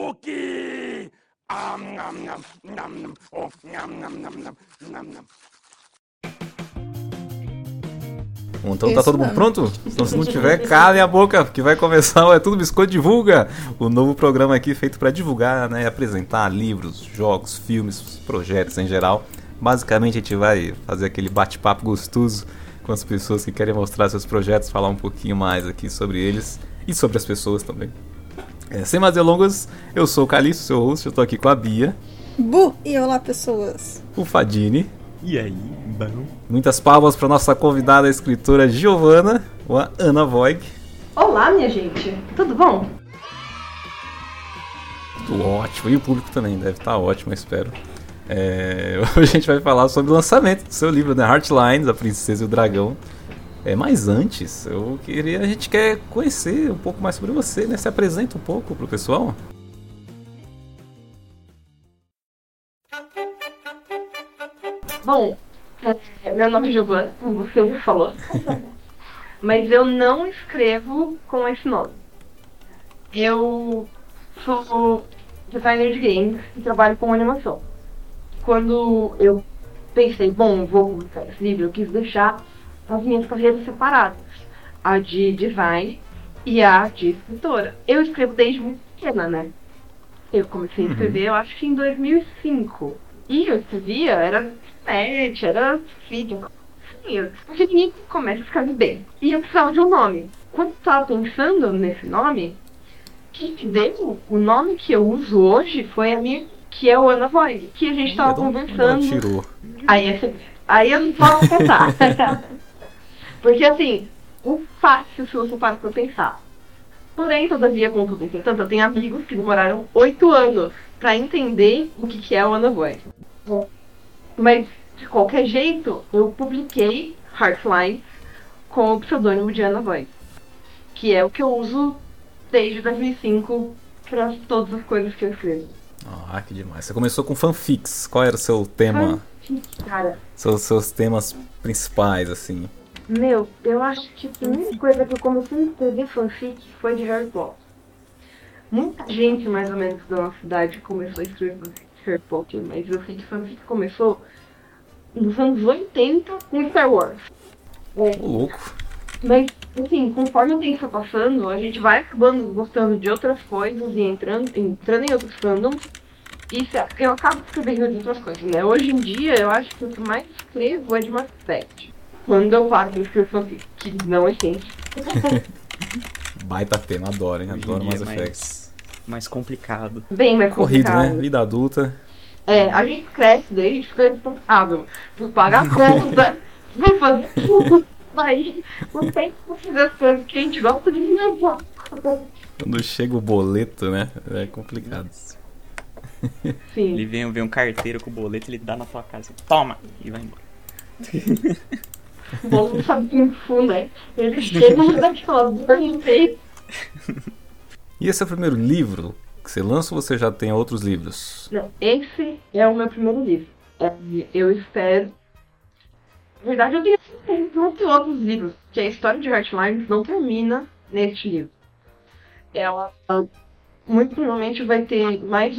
cookie! Nom, nom, nom, nom. Oh, nom, nom, nom, nom, nom, nom. Então tá todo mundo pronto? Então se não tiver, calem a boca, que vai começar o É Tudo Biscoito Divulga, o novo programa aqui feito para divulgar, né, apresentar livros, jogos, filmes, projetos em geral. Basicamente a gente vai fazer aquele bate-papo gostoso com as pessoas que querem mostrar seus projetos, falar um pouquinho mais aqui sobre eles e sobre as pessoas também. Sem mais delongas, eu sou o Calixto, seu host, eu tô aqui com a Bia. E olá, pessoas. O Fadini. E aí, bom? Muitas palmas para nossa convidada, a escritora Giovana, ou a Ana Voig. Olá, minha gente. Tudo bom? Tudo ótimo. E o público também deve estar ótimo, eu espero. Hoje a gente vai falar sobre o lançamento do seu livro, né? Heartlines, A Princesa e o Dragão. Mas antes, a gente quer conhecer um pouco mais sobre você, né? Se apresenta um pouco pro pessoal. Bom, meu nome é Giovana, como você falou. Mas eu não escrevo com esse nome. Eu sou designer de games e trabalho com animação. Quando eu pensei, vou publicar esse livro, eu quis deixar as minhas carreiras separadas. A de design e a de escritora. Eu escrevo desde muito pequena, né? Eu comecei a escrever, eu acho que em 2005. E eu escrevia, era vídeo. Porque ninguém começa a escrever bem. E eu precisava de um nome. Quando eu estava pensando nesse nome, o nome que eu uso hoje foi a minha, que é o Ana Voig, que a gente estava conversando. Tirou. Aí eu não posso pensar. Porque assim, o fácil se você para pra pensar. Porém, todavia, contudo, entretanto, eu tenho amigos que demoraram 8 anos pra entender o que é o Ana Voig. Mas, de qualquer jeito, eu publiquei Heartlines com o pseudônimo de Ana Voig, que é o que eu uso desde 2005 para todas as coisas que eu escrevo. Ah, que demais. Você começou com fanfics. Qual era o seu tema? Cara. Seus temas principais, assim. Eu acho que a primeira coisa que eu comecei a escrever fanfic foi de Harry Potter. Muita gente, mais ou menos, da nossa cidade começou a escrever fanfic de Harry Potter, mas eu sei que fanfic começou nos anos 80 com Star Wars. Louco. Mas, assim, conforme o tempo foi passando, a gente vai acabando gostando de outras coisas e entrando em outros fandoms. E eu acabo escrevendo de outras coisas, né? Hoje em dia, eu acho que o que mais escrevo é de Mass Effect. Quando eu paro de escrever fanfic, que não é quente. Baita tema, adoro, hein? Adoro Mass Effect. Mais complicado. Bem mais corrido, complicado. né? Vida adulta. A gente cresce daí, a gente fica responsável por pagar conta, por fazer tudo. Aí não tem como fazer as coisas que a gente gosta de fazer. Quando chega o boleto, né? É complicado. Sim. Ele vem um carteiro com o boleto, ele dá na tua casa, toma, e vai embora. O bolo não sabe Kung Fu, né? Ele chega e dá aquela dor no peito. E esse é o primeiro livro que você lança ou você já tem outros livros? Não, esse é o meu primeiro livro. Eu espero. Na verdade, eu tenho muitos outros livros, que a história de Heartlines não termina neste livro. Ela muito provavelmente vai ter mais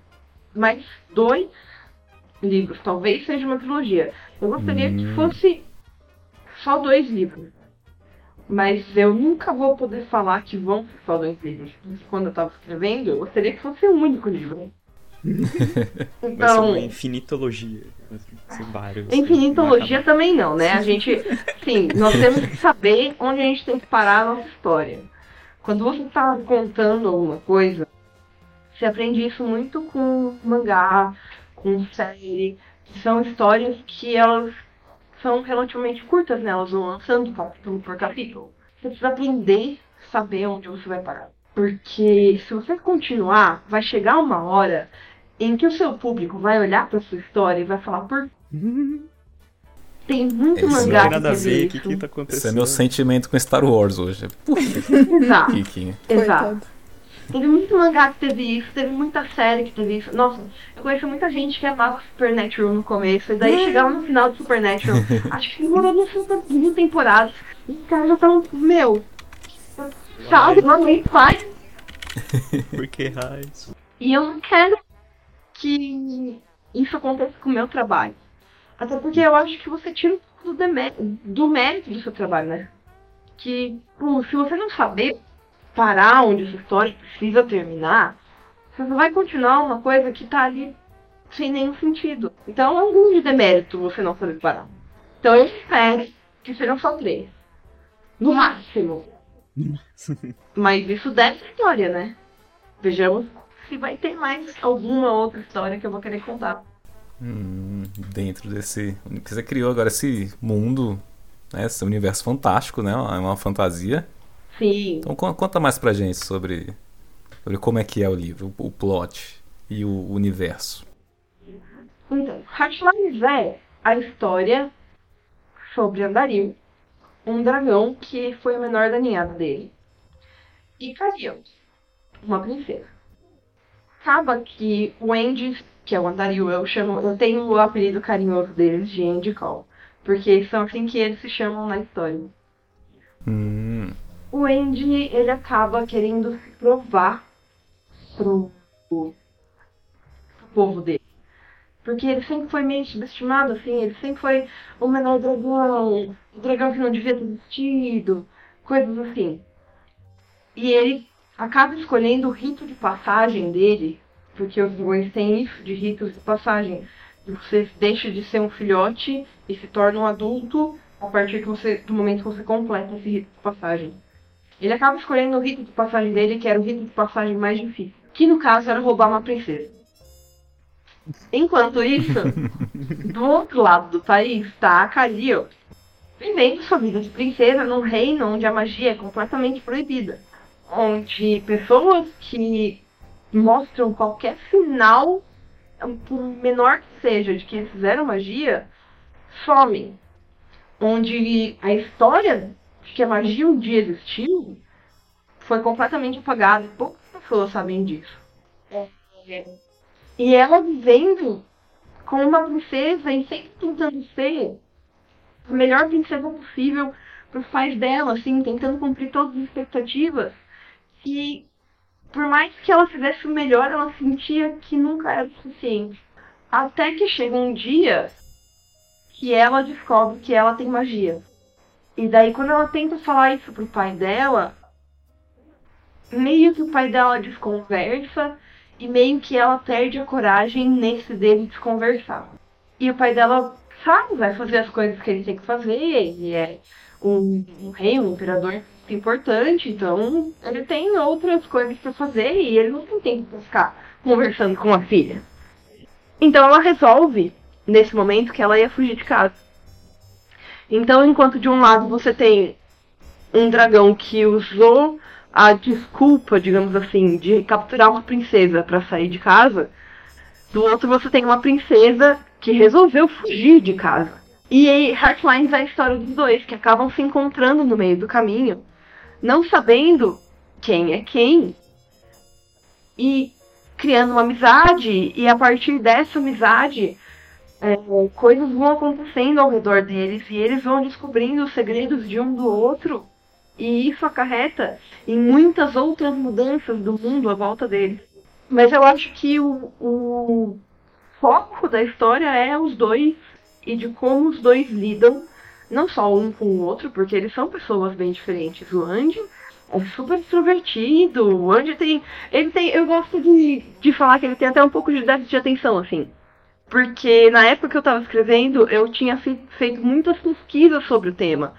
2 livros, talvez seja uma trilogia. Eu gostaria que fosse só 2 livros. Mas eu nunca vou poder falar que vão ser só 2 livros. Quando eu estava escrevendo, eu gostaria que fosse um único livro. Então, vai ser uma infinitologia. Vários, infinitologia também não, né? A gente, sim, nós temos que saber onde a gente tem que parar a nossa história. Quando você está contando alguma coisa, você aprende isso muito com mangá, com série, que são histórias que elas são relativamente curtas, né? Elas vão lançando capítulo por capítulo. Você precisa aprender, saber onde você vai parar. Porque se você continuar, vai chegar uma hora em que o seu público vai olhar pra sua história e vai falar Tem muito mangá que teve isso. Que tá acontecendo? Esse é meu sentimento com Star Wars hoje. Exato. Teve muito mangá que teve isso, teve muita série que teve isso. Nossa, eu conheço muita gente que amava Supernatural no começo, e daí chegava no final de Supernatural, acho que demorou umas 2 temporadas, e os caras já estavam, sabe, não faz. Por que raios? E eu não quero que isso aconteça com o meu trabalho. Até porque eu acho que você tira um pouco do mérito do seu trabalho, né? Que, pô, se você não saber parar onde essa história precisa terminar, você só vai continuar uma coisa que tá ali sem nenhum sentido. Então é um grande demérito você não saber parar. Então eu espero que sejam só 3. No máximo. Mas isso deve ser história, né? Vejamos se vai ter mais alguma outra história que eu vou querer contar. Dentro desse... Você criou agora esse mundo, né, esse universo fantástico, né? É uma fantasia. Sim. Então conta mais pra gente sobre como é que é o livro, o plot e o universo. Então, Heartlines é a história sobre Andariel, um dragão que foi o menor da ninhada dele. E Cariel, uma princesa. Acaba que o Andy, que é o Andariel, eu tenho o apelido carinhoso deles de Andy e Cole, porque são assim que eles se chamam na história. O Andy, ele acaba querendo se provar pro povo dele. Porque ele sempre foi meio subestimado, assim, ele sempre foi o menor dragão, o dragão que não devia ter existido, coisas assim. E ele acaba escolhendo o rito de passagem dele, porque os dragões têm isso de ritos de passagem. Você deixa de ser um filhote e se torna um adulto a partir do momento que você completa esse rito de passagem. Ele acaba escolhendo o rito de passagem dele, que era o rito de passagem mais difícil, que no caso era roubar uma princesa. Enquanto isso, do outro lado do país está a Cariel, vivendo sua vida de princesa num reino onde a magia é completamente proibida. Onde pessoas que mostram qualquer sinal, por menor que seja, de que eles fizeram magia, somem. Onde a história de que a magia um dia existiu foi completamente apagada e poucas pessoas sabem disso. E ela vivendo como uma princesa e sempre tentando ser a melhor princesa possível para os pais dela, assim, tentando cumprir todas as expectativas. E por mais que ela fizesse o melhor, ela sentia que nunca era o suficiente. Até que chega um dia que ela descobre que ela tem magia. E daí quando ela tenta falar isso pro pai dela, meio que o pai dela desconversa e meio que ela perde a coragem nesse dele desconversar. E o pai dela, sabe, vai fazer as coisas que ele tem que fazer, ele é um rei, um imperador importante, então ele tem outras coisas pra fazer e ele não tem tempo pra ficar conversando com a filha. Então ela resolve, nesse momento, que ela ia fugir de casa. Então, enquanto de um lado você tem um dragão que usou a desculpa, digamos assim, de capturar uma princesa para sair de casa, do outro você tem uma princesa que resolveu fugir de casa. E Heartlines é a história dos dois, que acabam se encontrando no meio do caminho, não sabendo quem é quem, e criando uma amizade, e a partir dessa amizade, coisas vão acontecendo ao redor deles, e eles vão descobrindo os segredos de um do outro, e isso acarreta em muitas outras mudanças do mundo à volta deles. Mas eu acho que o foco da história é os dois, e de como os dois lidam, não só um com o outro, porque eles são pessoas bem diferentes. O Andy é super extrovertido, o Andy tem... Eu gosto de falar que ele tem até um pouco de déficit de atenção, assim. Porque na época que eu estava escrevendo, eu tinha feito muitas pesquisas sobre o tema.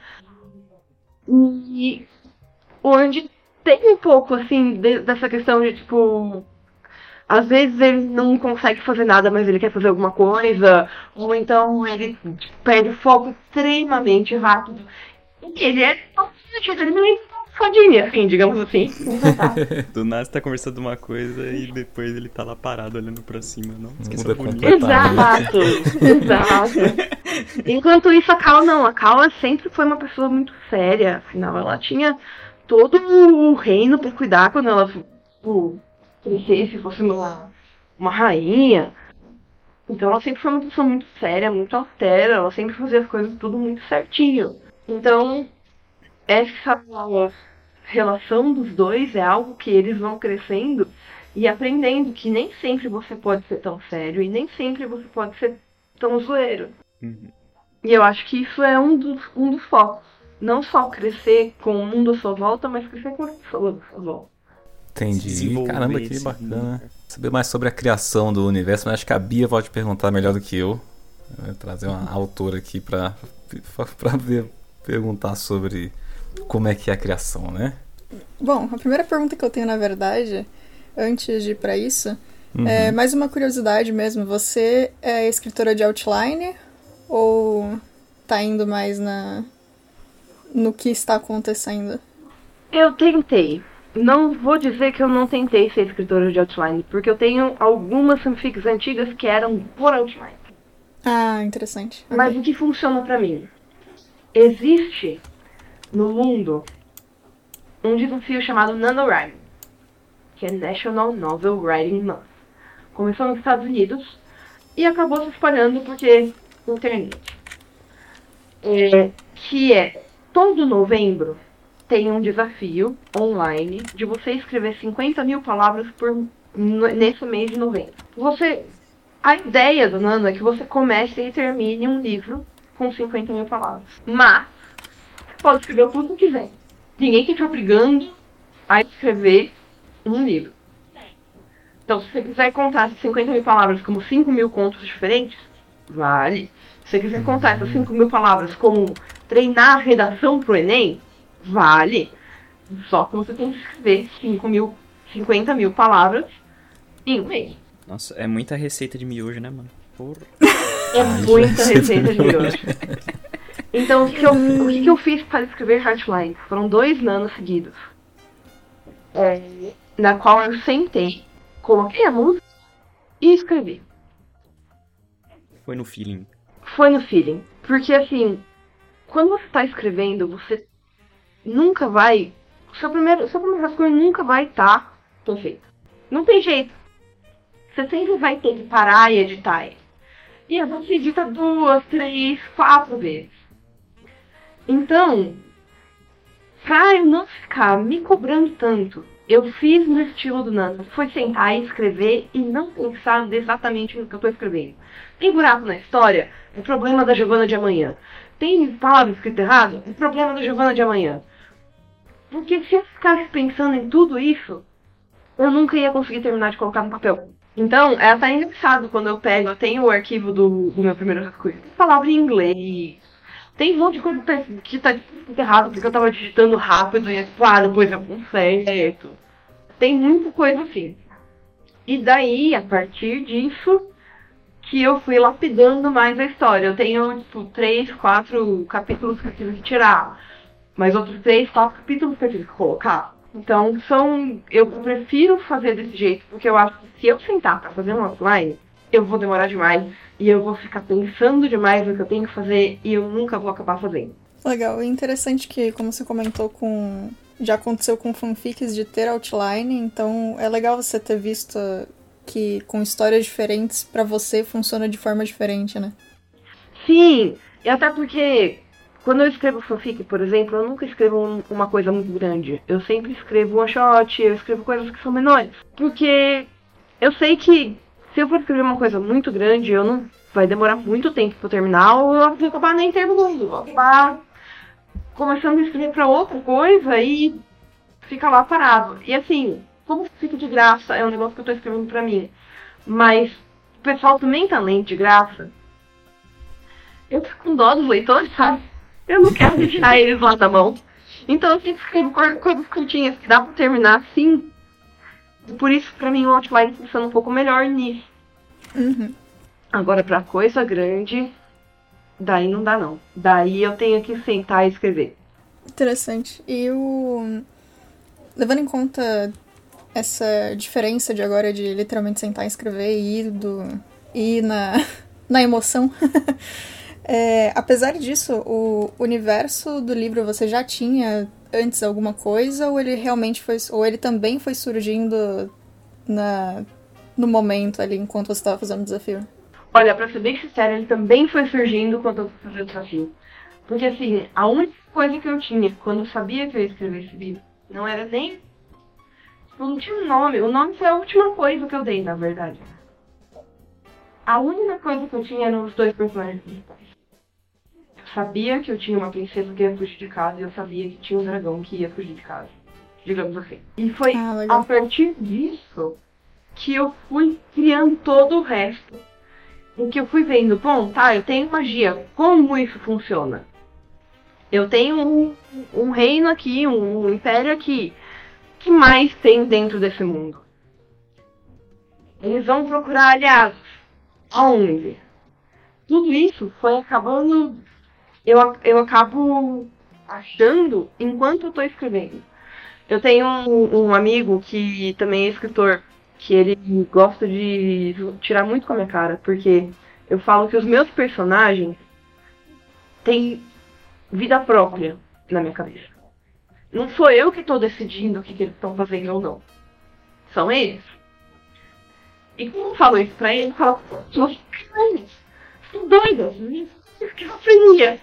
E o Andy tem um pouco, assim, dessa questão de, tipo... Às vezes ele não consegue fazer nada, mas ele quer fazer alguma coisa. Ou então ele perde o foco extremamente rápido. E ele é... Ele me lembra fadinha, assim, digamos assim. Do nada você tá conversando uma coisa e depois ele tá lá parado olhando pra cima, não? Muda Exato, exato. Enquanto isso, a Cal não. A Cal sempre foi uma pessoa muito séria. Afinal, ela tinha todo o reino pra cuidar quando ela crescesse, fosse uma rainha. Então ela sempre foi uma pessoa muito séria, muito austera. Ela sempre fazia as coisas tudo muito certinho. Então, essa relação dos dois é algo que eles vão crescendo E aprendendo que nem sempre você pode ser tão sério e nem sempre você pode ser tão zoeiro. E eu acho que isso é um dos focos. Não só crescer com o mundo à sua volta, mas crescer com as pessoas à sua volta. Entendi. Desenvolver Caramba, que esse bacana. mundo. Saber mais sobre a criação do universo, mas acho que a Bia pode perguntar melhor do que eu. Eu vou trazer uma autora aqui pra perguntar sobre como é que é a criação, né? Bom, a primeira pergunta que eu tenho, na verdade, antes de ir pra isso, é mais uma curiosidade mesmo. Você é escritora de outline ou tá indo mais no que está acontecendo? Eu tentei. Não vou dizer que eu não tentei ser escritora de outline, porque eu tenho algumas fanfics antigas que eram por outline. Ah, interessante. Mas o que funciona pra mim? Existe no mundo um desafio chamado NaNoWriMo, que é National Novel Writing Month. Começou nos Estados Unidos e acabou se espalhando porque internet. Que é todo novembro tem um desafio online de você escrever 50 mil palavras nesse mês de novembro. A ideia do Nano é que você comece e termine um livro com 50 mil palavras. Mas você pode escrever o que você quiser. Ninguém está te obrigando a escrever um livro. Então, se você quiser contar essas 50 mil palavras como 5 mil contos diferentes, vale. Se você quiser contar essas 5 mil palavras como treinar a redação pro Enem, vale. Só que você tem que escrever 50 mil palavras em um mês. Nossa, é muita receita de miojo, né, mano? Porra. É muita receita de miojo. Então, o que eu fiz para escrever Heartline? Foram 2 anos seguidos. Na qual eu sentei, coloquei a música e escrevi. Foi no feeling. Foi no feeling. Porque, assim, quando você tá escrevendo, você nunca vai... Seu primeiro rascunho nunca vai estar perfeito. Não tem jeito. Você sempre vai ter que parar e editar ele. E aí você edita 2, 3, 4 vezes. Então, pra eu não ficar me cobrando tanto, eu fiz no estilo do Nando. Foi sentar e escrever e não pensar exatamente no que eu tô escrevendo. Tem buraco na história? É problema da Giovana de amanhã. Tem palavra escrita errado? É problema da Giovana de amanhã. Porque se eu ficasse pensando em tudo isso, eu nunca ia conseguir terminar de colocar no papel. Então, é até engraçado quando eu tenho o arquivo do meu primeiro rascunho. Tem palavra em inglês. Tem um monte de coisa que tá errado, porque eu tava digitando rápido e depois eu conserto. Tem muita coisa assim. E daí, a partir disso, que eu fui lapidando mais a história. Eu tenho, 3, 4 capítulos que eu tive que tirar. Mas outros 3, 4 capítulos que eu tive que colocar. Então, eu prefiro fazer desse jeito, porque eu acho que se eu sentar pra fazer um outline, eu vou demorar demais. E eu vou ficar pensando demais no que eu tenho que fazer e eu nunca vou acabar fazendo. Legal, é interessante que, como você comentou, já aconteceu com fanfics de ter outline, então é legal você ter visto que com histórias diferentes, pra você, funciona de forma diferente, né? Sim, e até porque quando eu escrevo fanfic, por exemplo, eu nunca escrevo uma coisa muito grande. Eu sempre escrevo one shot, eu escrevo coisas que são menores. Porque eu sei que se eu for escrever uma coisa muito grande, vai demorar muito tempo pra eu terminar, ou eu vou acabar nem terminando. Vou acabar começando a escrever pra outra coisa e fica lá parado. E assim, como fica de graça, é um negócio que eu tô escrevendo pra mim. Mas o pessoal também tá lendo de graça. Eu fico com dó dos leitores, sabe? Eu não quero deixar eles lá na mão. Então eu sempre escrevo coisas curtinhas que dá pra terminar assim. Por isso, pra mim, o outline funciona um pouco melhor nisso. Uhum. Agora, pra coisa grande, daí não dá não. Daí eu tenho que sentar e escrever. Interessante. E levando em conta essa diferença de agora de literalmente sentar e escrever e ir na emoção, apesar disso, o universo do livro você já tinha antes alguma coisa, ou ele também foi surgindo no momento ali, enquanto você estava fazendo o desafio? Olha, pra ser bem sincera, ele também foi surgindo quando eu fazia o desafio. Porque assim, a única coisa que eu tinha quando eu sabia que eu ia escrever esse livro, não era nem Não tinha um nome. O nome foi a última coisa que eu dei, na verdade. A única coisa que eu tinha eram os 2 personagens principais. Eu sabia que eu tinha uma princesa que ia fugir de casa e eu sabia que tinha um dragão que ia fugir de casa. Digamos assim. E foi legal. a partir disso que eu fui criando todo o resto. Em que eu fui vendo, bom, tá, eu tenho magia, como isso funciona? Eu tenho um reino aqui, um império aqui. O que mais tem dentro desse mundo? Eles vão procurar aliados. Aonde? Tudo isso foi acabando... Eu acabo achando enquanto eu tô escrevendo. Eu tenho um amigo que também é escritor, que ele gosta de tirar muito com a minha cara, porque eu falo que os meus personagens têm vida própria na minha cabeça. Não sou eu que estou decidindo o que eles estão fazendo ou não. São eles. E quando eu falo isso pra ele fala, nossa, são doidos, esquizofrenia.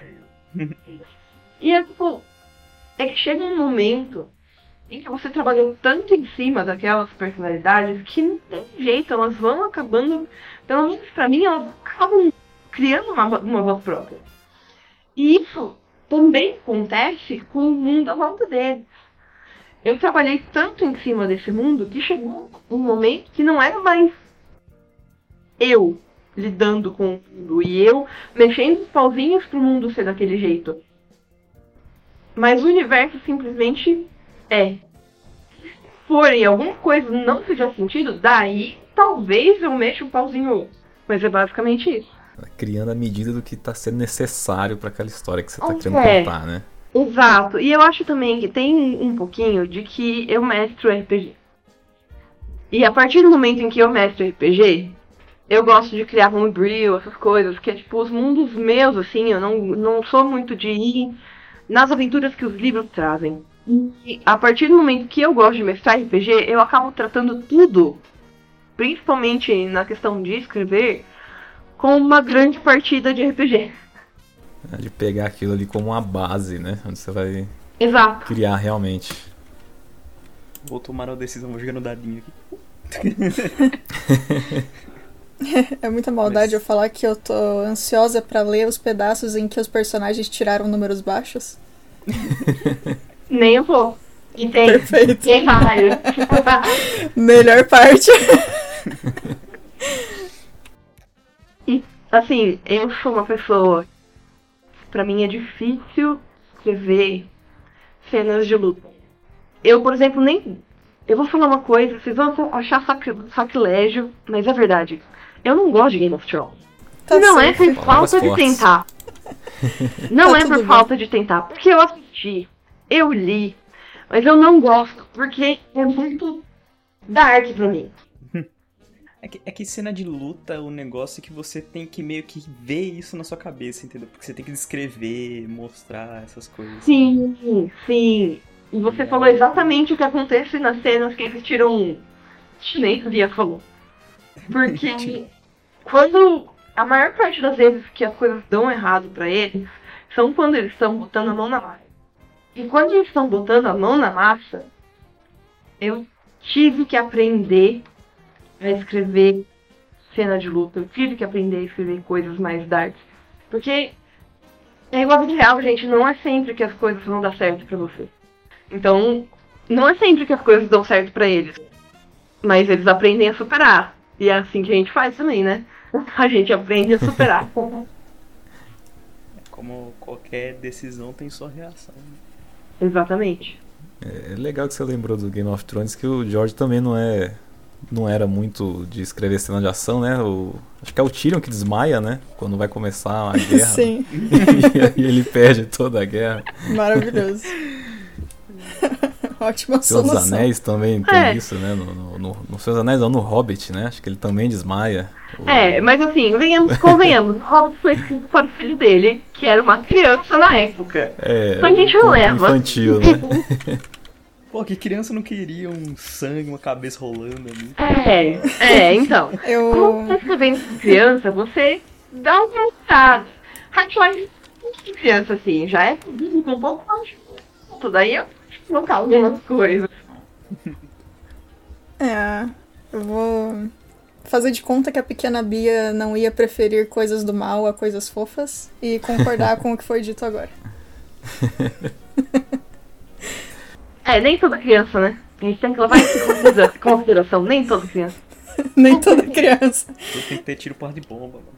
E é tipo, é que chega um momento em que você trabalhou tanto em cima daquelas personalidades que não tem jeito, elas vão acabando, pelo menos pra mim, elas acabam criando uma voz própria. E isso também acontece com o mundo à volta deles. Eu trabalhei tanto em cima desse mundo que chegou um momento que não era mais eu lidando com o mundo e eu mexendo os pauzinhos pro mundo ser daquele jeito. Mas o universo simplesmente é. Se forem alguma coisa não fizer sentido, daí talvez eu mexa um pauzinho ou outro. Mas é basicamente isso. Criando a medida do que está sendo necessário para aquela história que você está querendo contar, né? Exato. E eu acho também que tem um pouquinho de que eu mestro RPG. E a partir do momento em que eu mestro RPG, eu gosto de criar homebrew, essas coisas, que é tipo os mundos meus, assim, eu não sou muito de ir nas aventuras que os livros trazem. E a partir do momento que eu gosto de mestrar RPG, eu acabo tratando tudo, principalmente na questão de escrever, como uma grande partida de RPG. De pegar aquilo ali como uma base, né? Onde você vai Exato. criar realmente. Vou tomar uma decisão, vou jogar no dadinho aqui. É muita maldade eu falar que eu tô ansiosa pra ler os pedaços em que os personagens tiraram números baixos. Nem eu vou. E tem. Perfeito. Tem vários. Melhor parte. E, assim, eu sou uma pessoa... Pra mim é difícil escrever cenas de luta. Eu, por exemplo, nem... Eu vou falar uma coisa, vocês vão achar sacrilégio, mas é verdade. Eu não gosto de Game of Thrones. Tá não certo. é por falta de tentar. Não Tá é tudo por bem. falta de tentar. Porque eu assisti, eu li, mas eu não gosto. Porque é muito dark pra mim. É que cena de luta é um negócio que você tem que meio que ver isso na sua cabeça, entendeu? Porque você tem que descrever, mostrar essas coisas. Sim, sim. E você falou exatamente o que acontece nas cenas que eles tiram... Chinês, Lia falou. Porque quando... A maior parte das vezes que as coisas dão errado pra eles são quando eles estão botando a mão na massa. E quando eles estão botando a mão na massa, eu tive que aprender a escrever cena de luta. Eu tive que aprender a escrever coisas mais dark. Porque é igual a vida real, gente. Não é sempre que as coisas vão dar certo pra você. Então, não é sempre que as coisas dão certo pra eles. Mas eles aprendem a superar. E é assim que a gente faz também, né? A gente aprende a superar. Como qualquer decisão tem sua reação. Exatamente. É legal que você lembrou do Game of Thrones, que o George também não era muito de escrever cena de ação, né? Acho que é o Tyrion que desmaia, né? Quando vai começar a guerra. Sim. E aí ele perde toda a guerra. Maravilhoso. Ótima Senhor dos solução. Anéis também tem isso, né? No Senhor dos Anéis, não, no Hobbit, né? Acho que ele também desmaia. Mas assim, convenhamos. O Hobbit foi escrito para o filho dele, que era uma criança na época. Só que a gente não leva. Infantil, né? Pô, que criança não queria um sangue, uma cabeça rolando ali. Então. Eu... Como você tá escrevendo com criança, você dá um resultado. Hardline de criança, assim, já é com um pouco mais de daí eu não causo algumas coisas. Eu vou fazer de conta que a pequena Bia não ia preferir coisas do mal a coisas fofas e concordar com o que foi dito agora. Nem toda criança, né? A gente tem que levar isso em consideração. Nem toda criança. Nem toda criança. Tu tem que ter tiro porra de bomba, mano.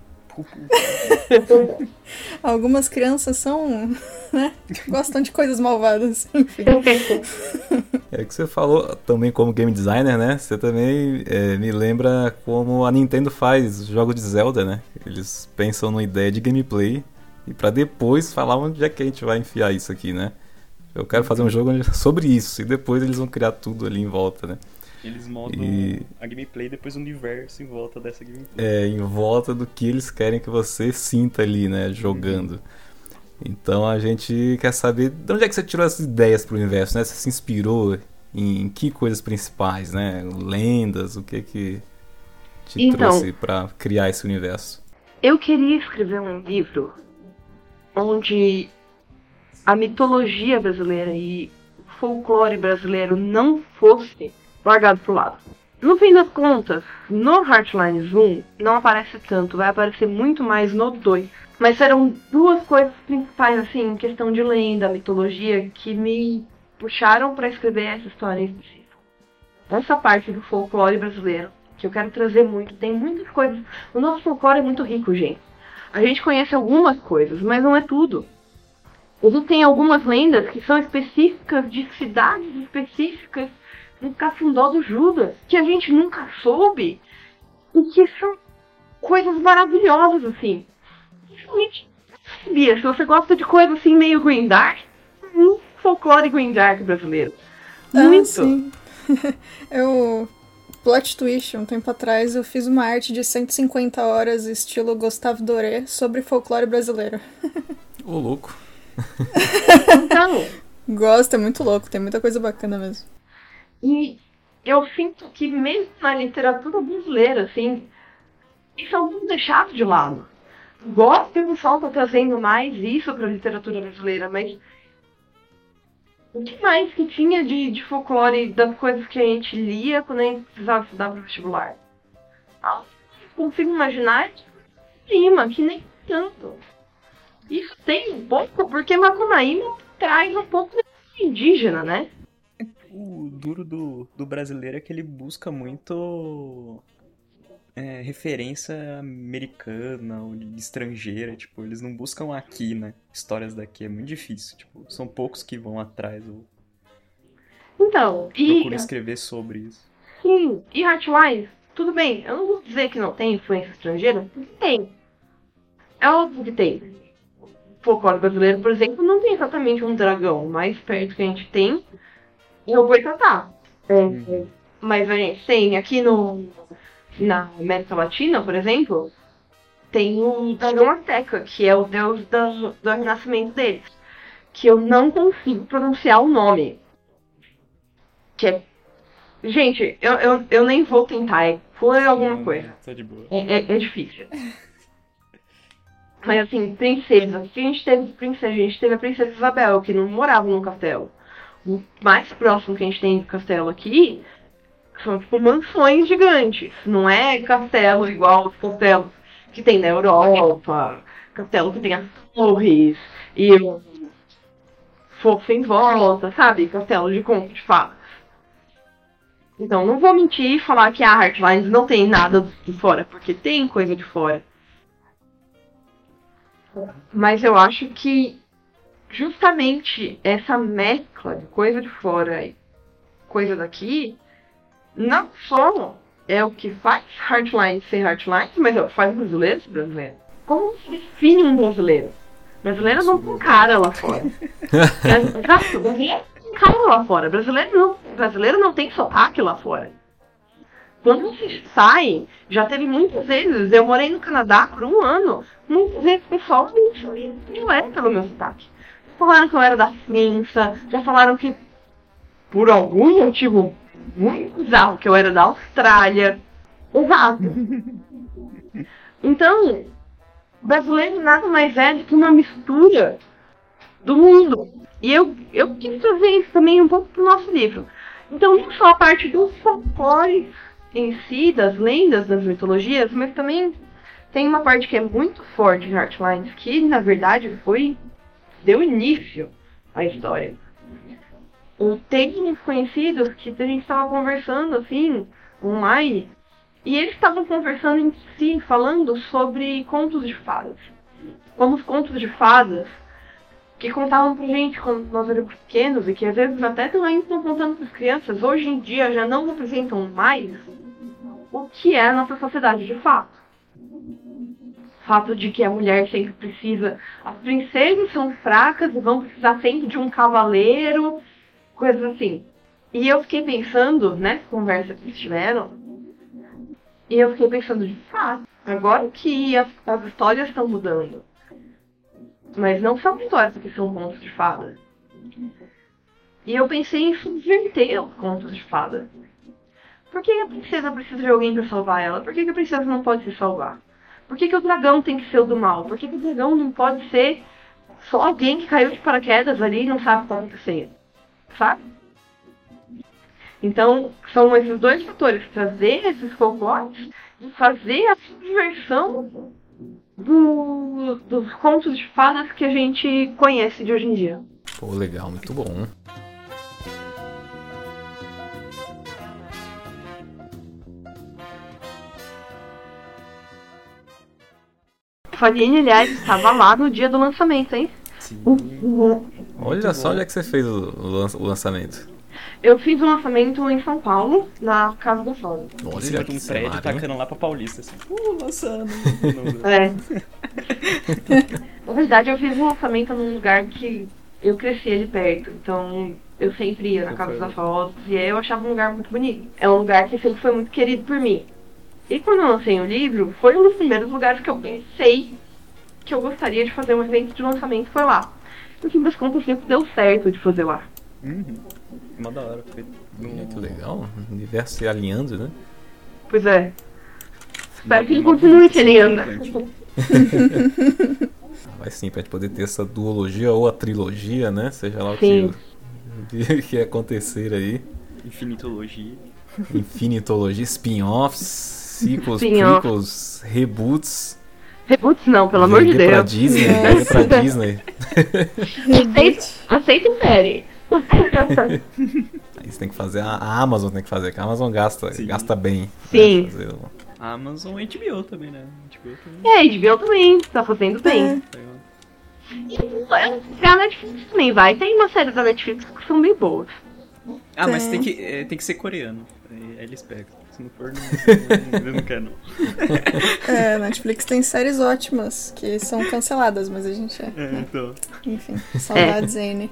Algumas crianças são, né? Gostam de coisas malvadas. Enfim. É que você falou também como game designer, né? Você também me lembra como a Nintendo faz jogos de Zelda, né? Eles pensam numa ideia de gameplay e pra depois falar onde é que a gente vai enfiar isso aqui, né? Eu quero fazer um jogo sobre isso e depois eles vão criar tudo ali em volta, né? Eles montam a gameplay e depois o universo em volta dessa gameplay. Em volta do que eles querem que você sinta ali, né, jogando. Então a gente quer saber de onde é que você tirou essas ideias pro universo, né? Você se inspirou em que coisas principais, né? Lendas, o que te trouxe pra criar esse universo? Eu queria escrever um livro onde a mitologia brasileira e o folclore brasileiro não fosse largado pro lado. No fim das contas, no Heartlines 1 não aparece tanto, vai aparecer muito mais no 2. Mas eram duas coisas principais, assim, em questão de lenda, mitologia, que me puxaram para escrever essa história em específico. Essa parte do folclore brasileiro, que eu quero trazer muito, tem muitas coisas. O nosso folclore é muito rico, gente. A gente conhece algumas coisas, mas não é tudo. Existem algumas lendas que são específicas de cidades específicas no Cafundó do Judas, que a gente nunca soube, e que são coisas maravilhosas, assim. Principalmente, Bia, se você gosta de coisa assim meio Green Dark, folclore Green Dark brasileiro. Muito! Sim. Plot twist, um tempo atrás eu fiz uma arte de 150 horas estilo Gustave Doré sobre folclore brasileiro. Ô, louco! Então, Gosto, é muito louco, tem muita coisa bacana mesmo. E eu sinto que mesmo na literatura brasileira, assim, isso é um pouco deixado de lado. Gosto que o pessoal tá trazendo mais isso pra literatura brasileira, mas o que mais que tinha de folclore das coisas que a gente lia quando a gente precisava estudar pro vestibular? Consigo imaginar Lima, que nem tanto. Isso tem um pouco, porque Macunaíma traz um pouco de indígena, né? O duro do brasileiro é que ele busca muito referência americana ou estrangeira, tipo, eles não buscam aqui, né? Histórias daqui, é muito difícil, tipo, são poucos que vão atrás ou Então, procuram escrever sobre isso. Sim, e Heartwise, tudo bem, eu não vou dizer que não tem influência estrangeira, porque tem. É óbvio que tem. O folclore brasileiro, por exemplo, não tem exatamente um dragão. O mais perto que a gente tem é o Boitatá. Mas a gente tem aqui na América Latina, por exemplo, tem o dragão azteca, que é o deus do renascimento deles. Que eu não consigo pronunciar o nome. Que é... Gente, eu nem vou tentar, foi alguma coisa. Tá de boa. É difícil. Mas assim, princesa. A gente teve a princesa Isabel, que não morava num castelo. O mais próximo que a gente tem do castelo aqui são tipo mansões gigantes. Não é castelo igual os castelos que tem na Europa. Castelo que tem as torres e o fofo em volta, sabe? Castelo de conto de fadas. Então, não vou mentir e falar que a Heartlines não tem nada de fora, porque tem coisa de fora. Mas eu acho que justamente essa mescla de coisa de fora e coisa daqui não só é o que faz Heartlines ser Heartlines, mas é o que faz brasileiros ser brasileiro. Como se define um brasileiro? Brasileiro não tem cara lá fora. Exato, brasileiro não tem cara lá fora. Brasileiro não tem sotaque lá fora. Quando você sai, já teve muitas vezes, eu morei no Canadá por 1 ano, muitas vezes o pessoal me sabia que eu era pelo meu sotaque. Falaram que eu era da França, já falaram que, por algum motivo muito bizarro, que eu era da Austrália. Exato. Então, brasileiro nada mais é do que uma mistura do mundo. E eu quis trazer isso também um pouco pro nosso livro. Então, não só a parte do folclore em si, das lendas, das mitologias, mas também tem uma parte que é muito forte em Heartlines, que na verdade deu início à história. Eu tenho conhecidos que a gente estava conversando assim, online, e eles estavam conversando em si, falando sobre contos de fadas. Como os contos de fadas que contavam pra gente quando nós éramos pequenos e que às vezes até também estão contando para as crianças, hoje em dia já não representam mais o que é a nossa sociedade de fato. O fato de que a mulher sempre precisa... As princesas são fracas e vão precisar sempre de um cavaleiro, coisas assim. E eu fiquei pensando, nessa conversa que eles tiveram, e eu fiquei pensando de fato, agora que as histórias estão mudando, mas não são histórias que são contos de fada. E eu pensei em subverter os contos de fada. Por que a princesa precisa de alguém para salvar ela? Por que a princesa não pode se salvar? Por que o dragão tem que ser o do mal? Por que o dragão não pode ser só alguém que caiu de paraquedas ali e não sabe o que está acontecendo? Sabe? Então, são esses dois fatores. Trazer esses folclores e fazer a subversão dos contos de fadas que a gente conhece de hoje em dia. Pô, legal, muito bom. Faline, aliás, estava lá no dia do lançamento, hein? Sim. Olha só onde é que você fez o lançamento. Eu fiz o lançamento em São Paulo, na Casa da Flora. Em cima Olha de um que prédio, cenário, hein? tacando lá pra Paulista, assim. Lançando. É. Na verdade, eu fiz um lançamento num lugar que eu cresci ali perto. Então, eu sempre ia na Casa das Fotos e eu achava um lugar muito bonito. É um lugar que sempre foi muito querido por mim. E quando eu lancei o livro, foi um dos primeiros lugares que eu pensei que eu gostaria de fazer um evento de lançamento, foi lá. No fim das contas, sempre deu certo de fazer lá. Mó da hora. Muito legal, o universo se alinhando, né? Pois é. Espero que ele continue se alinhando. Vai sim, pra gente poder ter essa duologia ou a trilogia, né? Seja lá o Sim. que acontecer aí. Infinitologia. Infinitologia, spin-offs, sequels, Spin-off. prequels, reboots. Reboots não, pelo amor de Vender pra Deus. Disney, vender pra Disney. Aceita série. Aí você tem que fazer, a Amazon tem que fazer, que a Amazon gasta bem. Sim. Né, fazer A Amazon e HBO também, né? HBO também. É, a HBO também, tá fazendo bem. E a Netflix também vai. Tem uma série da Netflix que são bem boas. Ah, mas tem que ser coreano. Aí eles pegam. Se não for, eu não quero, não. É, Netflix tem séries ótimas que são canceladas, mas a gente Então. enfim, saudades, N.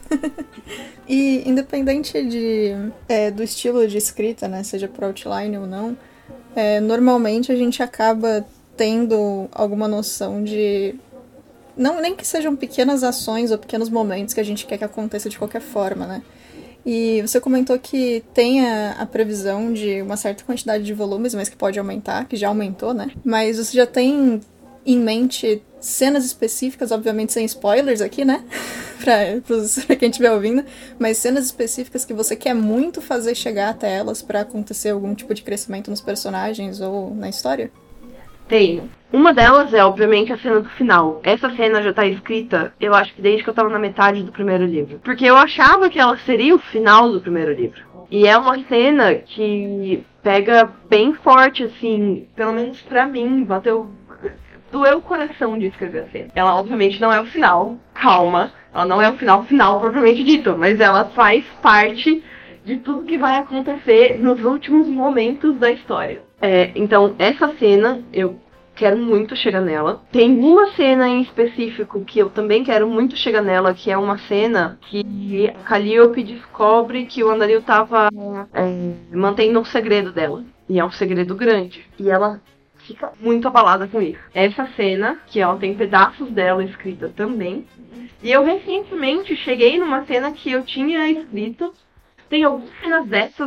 E independente do estilo de escrita, né, seja por outline ou não, normalmente a gente acaba tendo alguma noção de... Não, nem que sejam pequenas ações ou pequenos momentos que a gente quer que aconteça de qualquer forma, né? E você comentou que tem a previsão de uma certa quantidade de volumes, mas que pode aumentar, que já aumentou, né? Mas você já tem em mente cenas específicas, obviamente sem spoilers aqui, né? pra quem estiver ouvindo, mas cenas específicas que você quer muito fazer chegar até elas pra acontecer algum tipo de crescimento nos personagens ou na história? Tenho. Uma delas é, obviamente, a cena do final. Essa cena já tá escrita, eu acho que desde que eu tava na metade do primeiro livro. Porque eu achava que ela seria o final do primeiro livro. E é uma cena que pega bem forte, assim, pelo menos pra mim, doeu o coração de escrever a cena. Ela, obviamente, não é o final, calma. Ela não é o final propriamente dito, mas ela faz parte de tudo que vai acontecer nos últimos momentos da história. Então, essa cena, eu quero muito chegar nela. Tem uma cena em específico que eu também quero muito chegar nela, que é uma cena que a Calliope descobre que o Anduril tava mantendo um segredo dela. E é um segredo grande. E ela fica muito abalada com isso. Essa cena, que ela tem pedaços dela escrita também. E eu recentemente cheguei numa cena que eu tinha escrito. Tem algumas cenas dessas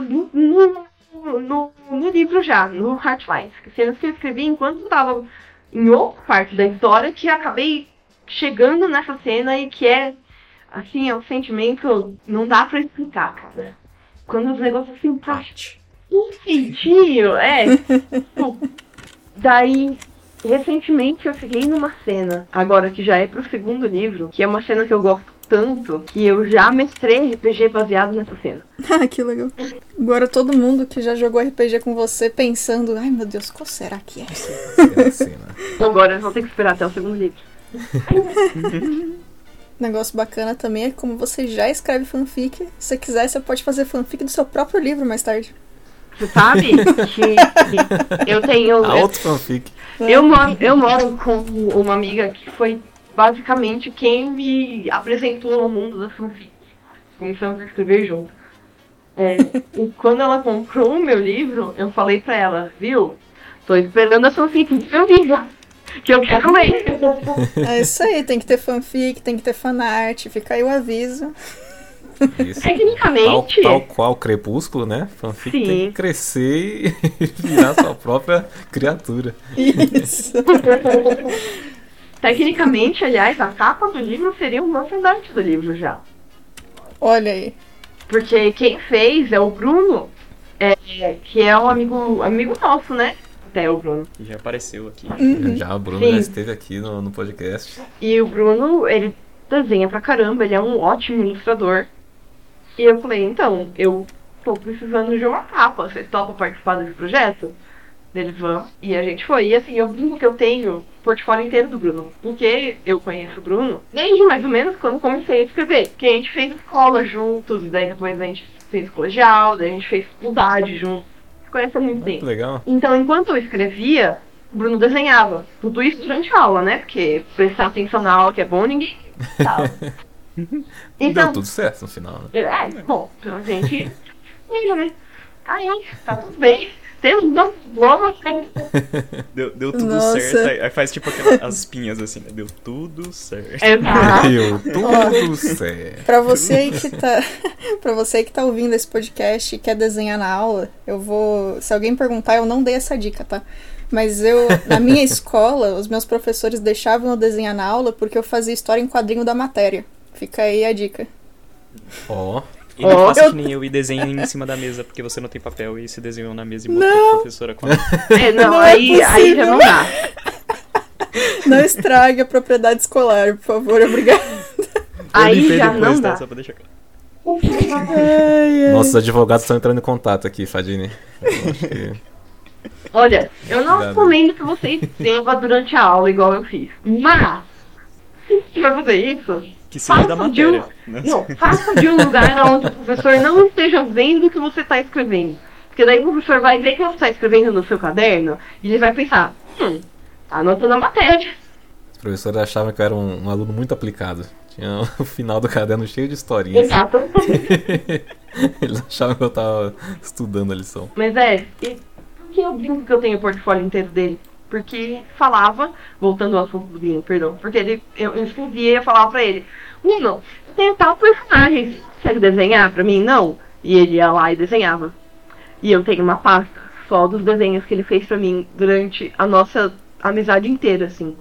no livro já, no Heartlines. Cenas que eu escrevi enquanto estava em outra parte da história, que acabei chegando nessa cena e que assim, é um sentimento, não dá pra explicar, cara. Quando os negócios assim, enfeitinho, Daí, recentemente eu cheguei numa cena, agora que já é pro segundo livro, que é uma cena que eu gosto tanto, que eu já mestrei RPG baseado nessa cena. Ah, que legal. Agora todo mundo que já jogou RPG com você pensando, ai meu Deus, qual será que é? Agora eu vou ter que esperar até o segundo livro. Negócio bacana também é que como você já escreve fanfic, se você quiser, você pode fazer fanfic do seu próprio livro mais tarde. Você sabe que eu tenho... Auto fanfic. Eu moro com uma amiga que foi basicamente quem me apresentou no mundo das fanfics. Começamos a escrever junto. E quando ela comprou o meu livro, eu falei pra ela, viu? Tô esperando a fanfic do meu livro, que eu quero ler. É isso aí, tem que ter fanfic, tem que ter fanart, fica aí o aviso. Isso. Tecnicamente... Tal qual Crepúsculo, né? Fanfic Sim. tem que crescer e virar sua própria criatura. Isso. Tecnicamente, aliás, a capa do livro seria um merchandise do livro já. Olha aí. Porque quem fez é o Bruno, que é um amigo nosso, né? Até o Bruno. Que já apareceu aqui. Já o Bruno Sim. já esteve aqui no podcast. E o Bruno, ele desenha pra caramba, ele é um ótimo ilustrador. E eu falei, então, eu tô precisando de uma capa, vocês topam participar desse projeto? Eles vão. E a gente foi. E assim, eu brinco que eu tenho o portfólio inteiro do Bruno. Porque eu conheço o Bruno desde mais ou menos quando comecei a escrever. Porque a gente fez escola juntos, daí depois a gente fez colegial, daí a gente fez faculdade juntos. Se conhece muito bem. Legal. Então, enquanto eu escrevia, o Bruno desenhava. Tudo isso durante a aula, né? Porque prestar atenção na aula que é bom, ninguém sabe. Deu tudo certo no final, né? Bom, então a gente... né? Aí, tá tudo bem. Temos um problema. Deu tudo Nossa. certo. Aí faz tipo as pinhas assim, né? Deu tudo certo. Exato. Deu tudo certo. Pra você aí que tá, pra você aí que tá ouvindo esse podcast e quer desenhar na aula, eu vou, se alguém perguntar, eu não dei essa dica, tá? Mas na minha escola, os meus professores deixavam eu desenhar na aula porque eu fazia história em quadrinho da matéria. Fica aí a dica. Ó. E não faça que nem eu e desenho em cima da mesa, porque você não tem papel e se desenhou na mesa e botou a professora com Não, é aí já não dá. Não estrague a propriedade escolar, por favor, obrigada. Aí já não dá. Só pra deixar claro. Nossos advogados estão entrando em contato aqui, Fadini. Eu acho que... Olha, eu não Cuidado. recomendo que você escreva durante a aula igual eu fiz. Mas, se você vai fazer isso, Que seja da faça de um, matéria. Né? não, faça de um lugar onde o professor não esteja vendo o que você está escrevendo. Porque daí o professor vai ver o que você está escrevendo no seu caderno e ele vai pensar, tá anotando a matéria. Os professores achavam que eu era um aluno muito aplicado. Tinha o final do caderno cheio de historinhas. Exato. Eles achavam que eu tava estudando a lição. Mas por que eu brinco que eu tenho o portfólio inteiro dele? Porque ele falava, voltando ao assunto do Bruno, perdão, porque eu escrevia e eu falava pra ele, Bruno, eu tenho tal personagem, você consegue desenhar pra mim? Não. E ele ia lá e desenhava. E eu tenho uma pasta só dos desenhos que ele fez pra mim durante a nossa amizade inteira, assim.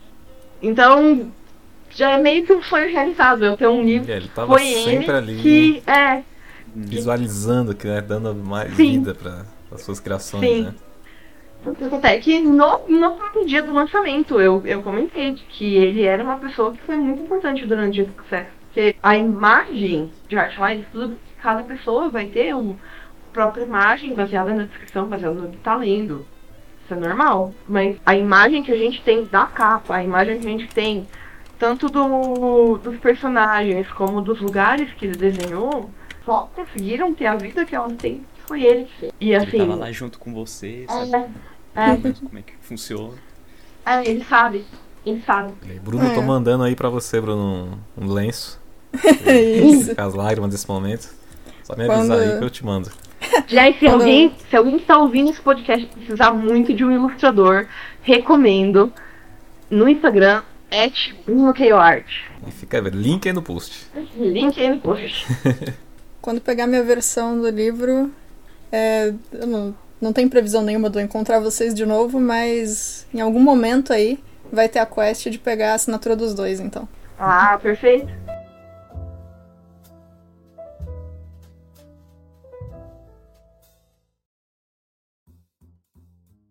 Então, já é meio que um sonho realizado. Eu tenho um livro Ele tava foi sempre ele ali, que visualizando, que, né, dando mais Sim. vida para as suas criações, Sim. né? Até que no próprio dia do lançamento eu comentei que ele era uma pessoa que foi muito importante durante esse processo. Porque a imagem de Heartline, tudo, cada pessoa vai ter uma própria imagem baseada na descrição, baseada no que tá lendo. Isso é normal. Mas a imagem que a gente tem da capa, a imagem que a gente tem tanto dos personagens como dos lugares que ele desenhou, só conseguiram ter a vida que elas têm. Foi ele que fez. E Ele assim. tava lá junto com você, sabe? Como é que funciona. Ele sabe. Ele sabe. E aí, Bruno, tô mandando aí pra você, Bruno, um lenço. É isso. Com as lágrimas desse momento. Só me Quando- avisar aí que eu te mando. Já, se alguém está ouvindo esse podcast e precisar muito de um ilustrador, recomendo no Instagram @BrunoKOArt. E fica link aí no post. Link aí no post. Quando pegar minha versão do livro, eu não tenho previsão nenhuma de eu encontrar vocês de novo, mas em algum momento aí vai ter a quest de pegar a assinatura dos dois, então. Ah, perfeito.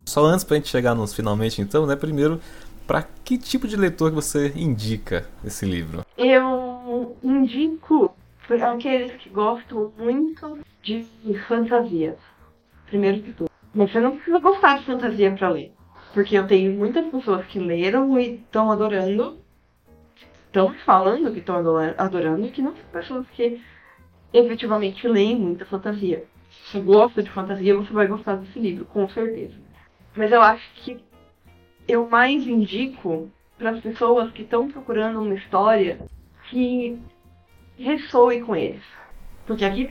Só antes pra gente chegar nos finalmente, então, né? Primeiro, pra que tipo de leitor que você indica esse livro? Eu indico para aqueles que gostam muito de fantasia. Primeiro de tudo. Mas você não precisa gostar de fantasia para ler. Porque eu tenho muitas pessoas que leram e estão adorando. Estão falando que estão adorando e que não são pessoas que efetivamente leem muita fantasia. Se você gosta de fantasia, você vai gostar desse livro, com certeza. Mas eu acho que eu mais indico para as pessoas que estão procurando uma história que ressoe com eles. Porque aqui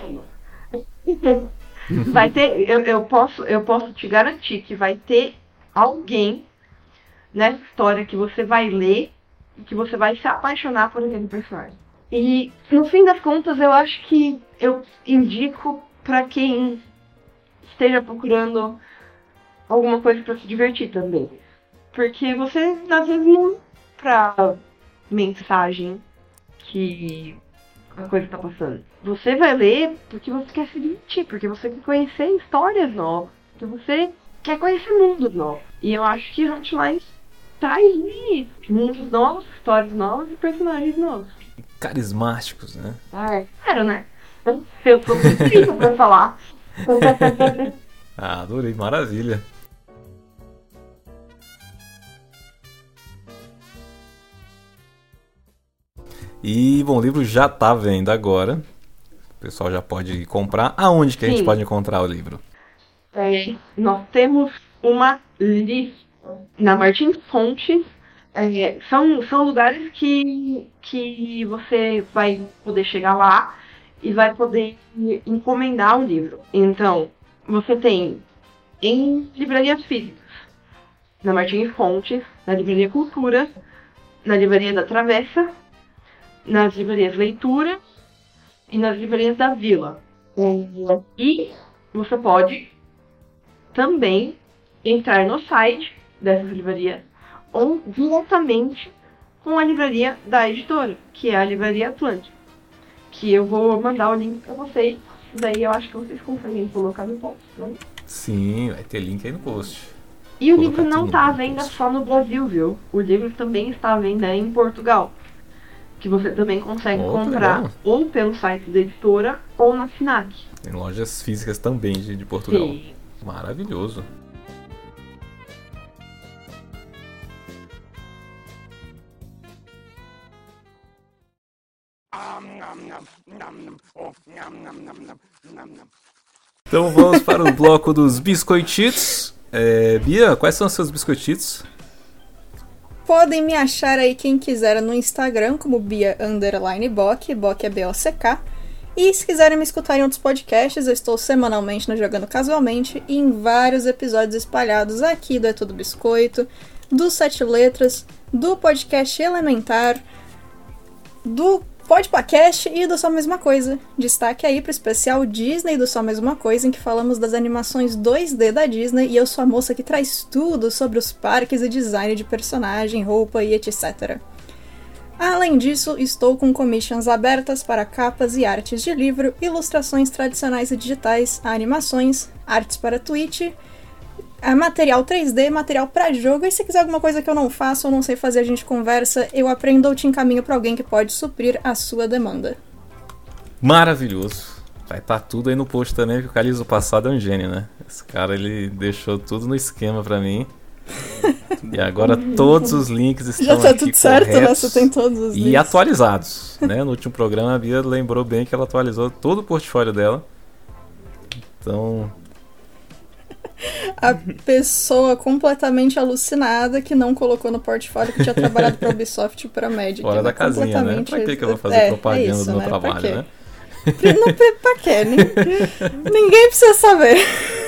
vai ter, eu posso te garantir que vai ter alguém nessa história que você vai ler e que você vai se apaixonar por aquele personagem. E no fim das contas, eu acho que eu indico para quem esteja procurando alguma coisa para se divertir também. Porque você, às vezes, não pra mensagem que a coisa tá passando. Você vai ler porque você quer se divertir, porque você quer conhecer histórias novas, porque você quer conhecer mundos novos. E eu acho que Huntline traz isso. Mundos novos, histórias novas e personagens novos. Carismáticos, né? Claro, né? Eu sou difícil pra falar. Ah, adorei, maravilha. E, bom, o livro já tá à venda agora. O pessoal já pode comprar. Aonde que a gente pode encontrar o livro? Nós temos uma lista na Martins Fontes. São lugares que você vai poder chegar lá e vai poder encomendar o livro. Então, você tem em livrarias físicas, na Martins Fontes, na Livraria Cultura, na Livraria da Travessa, nas livrarias Leitura e nas livrarias da Vila. E você pode também entrar no site dessas livrarias ou diretamente com a livraria da editora, que é a Livraria Atlântica, que eu vou mandar o link para vocês. Daí eu acho que vocês conseguem colocar no post, né? Sim, vai ter link aí no post. E o livro não está à venda só no Brasil, viu? O livro também está à venda em Portugal, que você também consegue comprar legal. Ou pelo site da editora ou na FNAC. Tem lojas físicas também de Portugal. Sim. Maravilhoso. Então vamos para o bloco dos biscoititos. Bia, quais são os seus biscoititos? Podem me achar aí quem quiser no Instagram como Bia_Bock, Bock é B-O-C-K. E se quiserem me escutar em outros podcasts, eu estou semanalmente no Jogando Casualmente e em vários episódios espalhados aqui do É Tudo Biscoito, do Sete Letras, do podcast Elementar, do Podpacast e do Só Mesma Coisa. Destaque aí pro especial Disney do Só Mesma Coisa, em que falamos das animações 2D da Disney e eu sou a moça que traz tudo sobre os parques e design de personagem, roupa e etc. Além disso, estou com commissions abertas para capas e artes de livro, ilustrações tradicionais e digitais, animações, artes para Twitch, material 3D, material para jogo, e se quiser alguma coisa que eu não faço ou não sei fazer, a gente conversa, eu aprendo ou te encaminho para alguém que pode suprir a sua demanda. Maravilhoso. Vai estar tudo aí no post também, porque o Calixto passado é um gênio, né? Esse cara, ele deixou tudo no esquema pra mim. E agora todos os links estão já tá aqui tudo certo, né? corretos Você tem todos os links. e atualizados, né? No último programa a Bia lembrou bem que ela atualizou todo o portfólio dela. Então... A pessoa completamente alucinada que não colocou no portfólio que tinha trabalhado pra Ubisoft e pra Magic. Fora da casinha, né? Pra que eu vou fazer propaganda do meu trabalho, né? Não, pra quê? Ninguém precisa saber.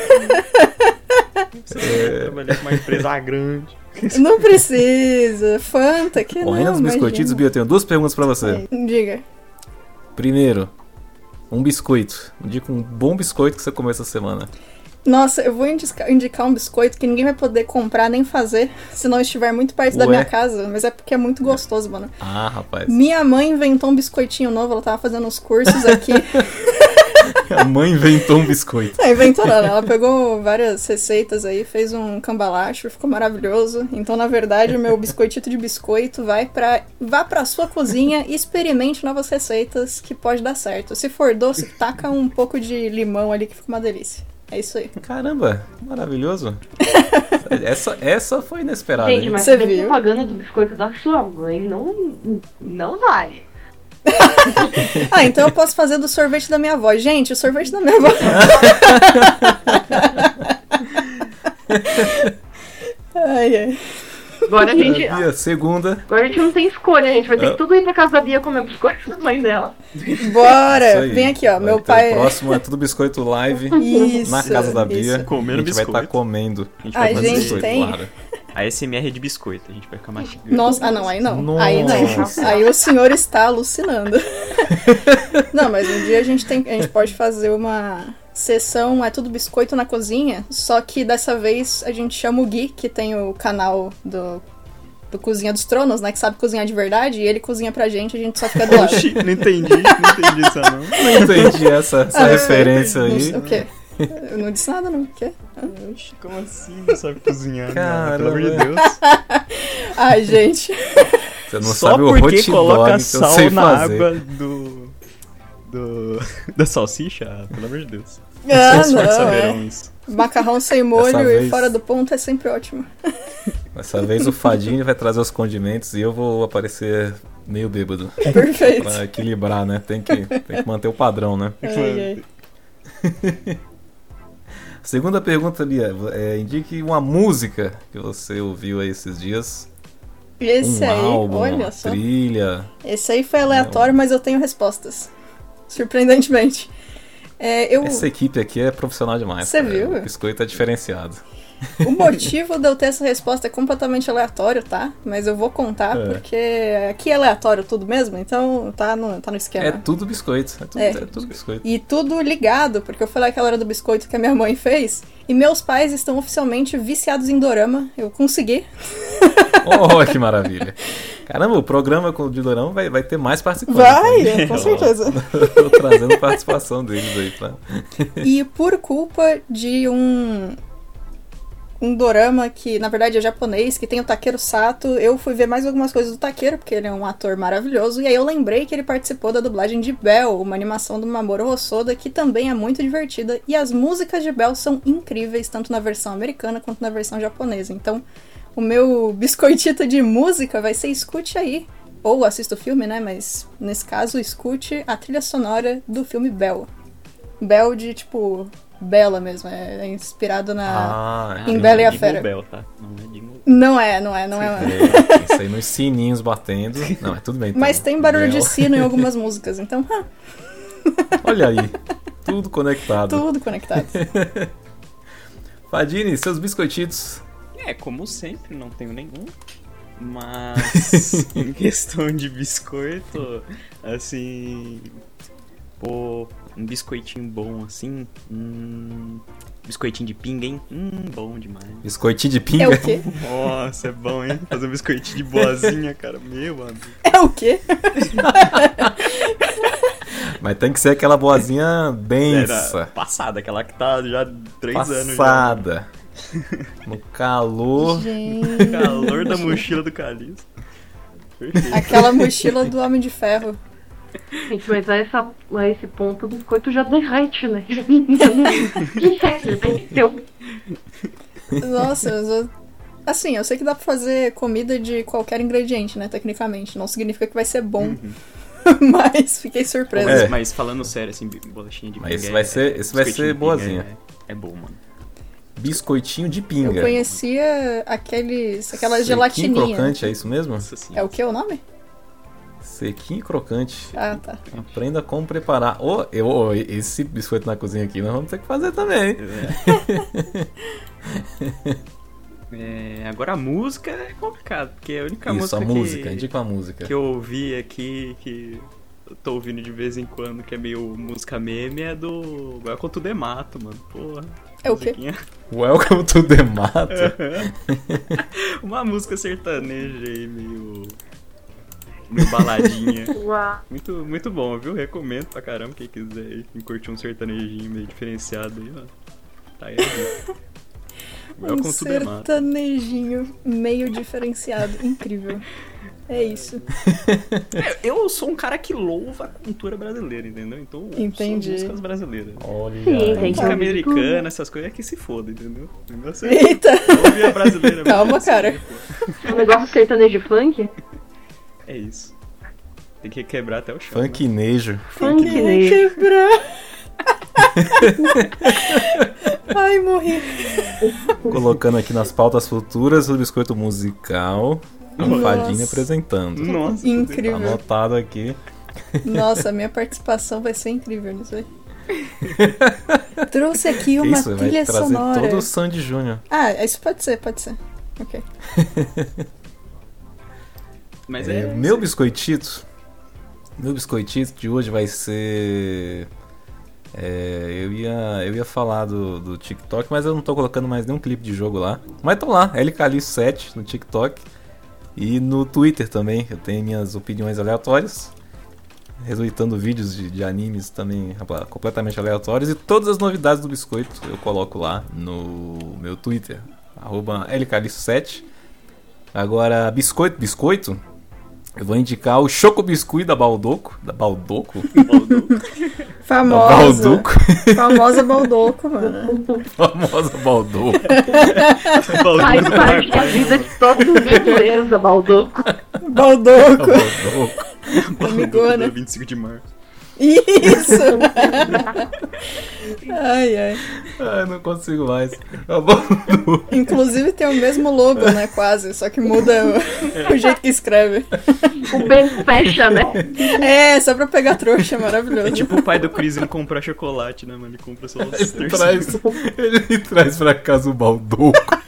Trabalhar com uma empresa grande. Não precisa. Fanta, que Bom, não, aí nos biscoititos, Bia, eu tenho duas perguntas pra você. Diga. Primeiro, um biscoito. Indica um bom biscoito que você comeu essa semana. Nossa, eu vou indicar um biscoito que ninguém vai poder comprar nem fazer se não estiver muito perto da minha casa, mas é porque é muito gostoso, mano. Ah, rapaz. Minha mãe inventou um biscoitinho novo, ela tava fazendo uns cursos aqui. A mãe inventou um biscoito. Não, inventou nada. Ela pegou várias receitas aí, fez um cambalacho, ficou maravilhoso. Então, na verdade, o meu biscoitito de biscoito vá pra sua cozinha e experimente novas receitas que pode dar certo. Se for doce, taca um pouco de limão ali que fica uma delícia. É isso aí. Caramba, maravilhoso. Essa foi inesperada. Gente, hein? mas Você fazer viu? propaganda do biscoito da sua mãe não vale. Ah, então eu posso fazer do sorvete da minha avó. Gente, o sorvete da minha avó. Ai, ai. Agora a gente Segunda. não tem escolha, a gente vai ter que tudo ir pra casa da Bia comer biscoito da mãe dela. Isso Bora! aí. Vem aqui, ó. Vai Meu ter pai. O próximo é tudo biscoito live Isso, na casa da Bia. isso. Comendo a gente vai biscoito. estar comendo. A gente Ai, vai fazer gente, biscoito. tem. claro. A SMR é de biscoito, a gente vai ficar mastigando. Nossa, ah não, aí não. Nossa. Aí não. Aí o senhor está alucinando. Não, mas um dia a gente pode fazer uma sessão, é tudo biscoito na cozinha, só que dessa vez a gente chama o Gui, que tem o canal do Cozinha dos Tronos, né, que sabe cozinhar de verdade, e ele cozinha pra gente, a gente só fica do lado. Oxi, não entendi isso não. Não entendi essa referência aí. O quê? Eu não disse nada, não. O quê? Oxi, como assim não sabe cozinhar? Caramba. Pelo amor de Deus. Ai, gente. Você não Só sabe o porque hot coloca dog que eu sal sei na fazer. água da salsicha? Ah, pelo amor de Deus. Ah, Vocês não, saberão isso. Macarrão sem molho Dessa e vez- fora do ponto é sempre ótimo. Dessa vez o Fadinho vai trazer os condimentos e eu vou aparecer meio bêbado. Perfeito. Pra equilibrar, né? Tem que manter o padrão, né? Ai, ai. Segunda pergunta, Bia. Indique uma música que você ouviu aí esses dias. Esse Um aí, álbum, olha uma só. trilha. Esse aí foi aleatório, mas eu tenho respostas. Surpreendentemente. Essa equipe aqui é profissional demais. Você cara. viu? O biscoito é diferenciado. O motivo de eu ter essa resposta é completamente aleatório, tá? Mas eu vou contar, porque aqui é aleatório tudo mesmo, então tá no esquema. É tudo biscoito. É tudo biscoito. E tudo ligado, porque eu falei aquela hora do biscoito que a minha mãe fez, e meus pais estão oficialmente viciados em dorama. Eu consegui. Oh, que maravilha. Caramba, o programa de Dorama vai ter mais participantes. Vai, né? com certeza. Tô trazendo participação deles aí pra... E por culpa de um dorama que, na verdade, é japonês, que tem o Takeru Sato, eu fui ver mais algumas coisas do Takeru, porque ele é um ator maravilhoso, e aí eu lembrei que ele participou da dublagem de Bell, uma animação do Mamoru Hosoda, que também é muito divertida, e as músicas de Bell são incríveis, tanto na versão americana quanto na versão japonesa. Então, o meu biscoitito de música vai ser escute aí, ou assista o filme, né, mas nesse caso, escute a trilha sonora do filme Bell. Bell de, tipo... Bela mesmo, é inspirado em Bela e a Fera. Bell, tá? Não é Jingle. Não é. Isso aí nos sininhos batendo. Não, é tudo bem. Então. Mas tem barulho de Bel. sino em algumas músicas, então, Olha aí, tudo conectado. tudo conectado. Fadini, seus biscoititos. Como sempre, não tenho nenhum. Mas em questão de biscoito, assim... Pô, um biscoitinho bom assim. Biscoitinho de pinga, hein? Bom demais. Biscoitinho de É pinga. o quê? Nossa, é bom, hein? Fazer um biscoitinho de boazinha, cara. Meu amigo. É o quê? Mas tem que ser aquela boazinha densa. Era passada, aquela que tá já 3 anos já. Passada. No calor. Gente, Calor da mochila do Calixto. Perfeito. aquela mochila do Homem de Ferro. Gente, mas a esse ponto o biscoito já derrete, né? Nossa, assim, eu sei que dá pra fazer comida de qualquer ingrediente, né, tecnicamente. Não significa que vai ser bom. Mas fiquei surpresa. Mas falando sério, assim, bolachinha de pinga. Mas esse vai ser biscoitinho de pinga boazinha. É bom, mano. Biscoitinho de Eu pinga. conhecia aquelas Sequinho gelatininhas. crocante, é isso mesmo? Nossa É senhora. o que o nome? Sequinho crocante. Ah, tá. Aprenda como preparar. Esse biscoito na cozinha aqui nós vamos ter que fazer também. Agora a música é complicado, porque a única Isso, a música música. Indica uma música. que eu ouvi aqui, que eu tô ouvindo de vez em quando, que é meio música meme, é do Welcome to the Mato, mano. Porra. É o quê? musiquinha. Welcome to the Mato. Uma música sertaneja aí, meio... uma embaladinha. Uau. Muito, muito bom, viu? Recomendo pra caramba quem quiser aí, quem curte um sertanejinho meio diferenciado aí, ó. Tá aí. Um sertanejinho meio diferenciado. Incrível. É isso. Eu sou um cara que louva a cultura brasileira, entendeu? Então eu Entendi. ouço músicas brasileiras. Olha. Sim, tem Música que americana, essas coisas é que se foda, entendeu? O negócio é Eita! ouvir a brasileira. Calma, mesmo, cara. assim, pô. Um negócio sertanejo funk? É isso. Tem que quebrar até o chão. Funknejo. Funknejo. Quebrar. Ai, morri. Colocando aqui nas pautas futuras o biscoito musical. A Nossa. Fadinha apresentando. Nossa. Tá Incrível. anotado aqui. Nossa, a minha participação vai ser incrível nisso aí. Trouxe aqui Que uma isso, vai trilha trazer sonora. todo o Sandy Júnior. Ah, isso pode ser. Ok. Mas Meu biscoitito de hoje vai ser... eu ia falar do TikTok, mas eu não tô colocando mais nenhum clipe de jogo lá. Mas estão lá, LKList7 no TikTok e no Twitter também. Eu tenho minhas opiniões aleatórias, resuitando vídeos de animes também completamente aleatórios. E todas as novidades do biscoito eu coloco lá no meu Twitter, @LKList7. Agora, biscoito, eu vou indicar o Choco Biscuit da Baldoco. Da Baldoco? Famosa. Balduco. Famosa Baldoco, mano. Famosa Baldoco. Faz parte da vida de todos os brasileiros, a Baldoco. Baldoco. Baldoco. Amigona. 25 de março. Isso. Ai. Ai, não consigo mais. A Baldoco. Inclusive tem o mesmo logo, né? Quase. Só que muda o jeito que escreve. O Ben fecha, né? É, só pra pegar trouxa, maravilhoso. É tipo o pai do Chris, ele comprar chocolate, né, mano? Ele compra só os Ele traz pra casa o Baldoco.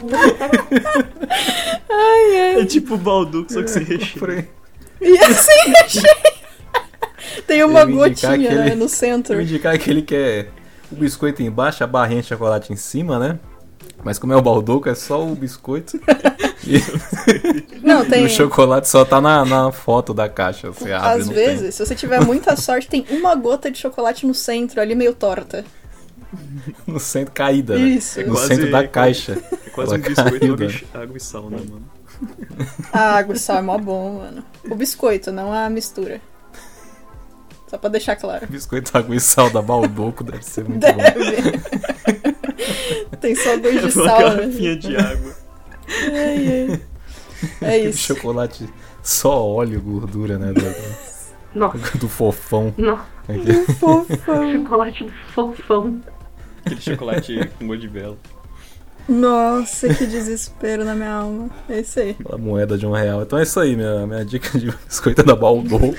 É tipo o Balduco, só que sem recheio. E assim, achei. Tem uma Eu ia indicar gotinha, né, aquele- no centro. Vou indicar aquele que é o biscoito embaixo, a barrinha de chocolate em cima, né? Mas como é o Baldoco, é só o biscoito. E, Não, e tem. o chocolate só tá na foto da caixa. Você abre, Às não vezes, se você tiver muita sorte, tem uma gota de chocolate no centro, ali meio torta. tem. No centro, caída, né? Isso. No Quase- centro da caixa. É quase um Ela biscoito, caiu, água e sal, né, mano? A água e sal é mó bom, mano. O biscoito, não a mistura. Só pra deixar claro. Biscoito água e sal da Baldoco deve ser muito bom. Deve. Tem só gosto de Uma sal, garrafinha né? de água. Ai. É Aquele isso. chocolate só óleo, gordura, né? Nossa, Do fofão. nossa, Aquele- Fofão. chocolate do fofão. Aquele chocolate com gosto de vela. Nossa, que desespero na minha alma. É isso aí. Aquela moeda de R$1. Então é isso aí, minha dica de biscoito da Baldoco.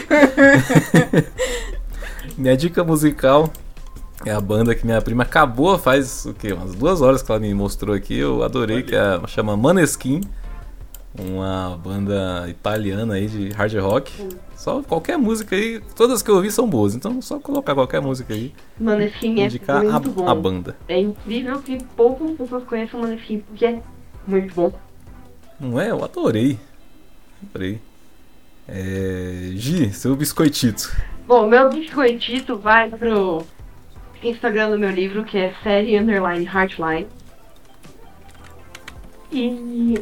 Minha dica musical é a banda que minha prima acabou faz o quê? Umas 2 horas que ela me mostrou aqui. Eu adorei, que chama Maneskin. Uma banda italiana aí de hard rock. Só qualquer música aí, todas que eu ouvi são boas. Então só colocar qualquer música aí O Maneskin e é indicar muito bom. a banda. É incrível que poucas pessoas conhecem o Maneskin, porque é muito bom. Não é? Eu adorei. Gi, seu biscoitito. Bom, meu biscoitito vai pro Instagram do meu livro, que é série underline Heartline. E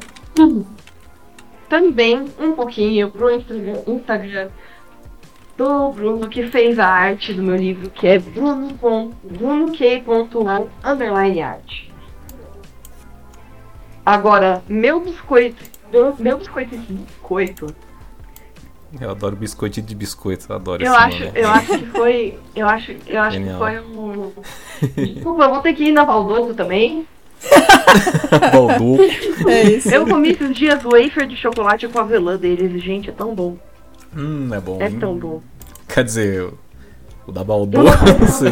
também um pouquinho pro Instagram do Bruno, que fez a arte do meu livro, que é bruno.k.1_art. Agora, meu biscoito. Eu adoro biscoitito de biscoito, eu adoro Eu esse acho, nome. eu acho que foi. Eu acho que Genial. foi um. Desculpa, eu vou ter que ir na Baldoco também. Baldoco. É isso. Eu comi esses dias wafer de chocolate com avelã deles, gente, é tão bom. É bom. É hein? tão bom. Quer dizer, o da Baldoco, não sei.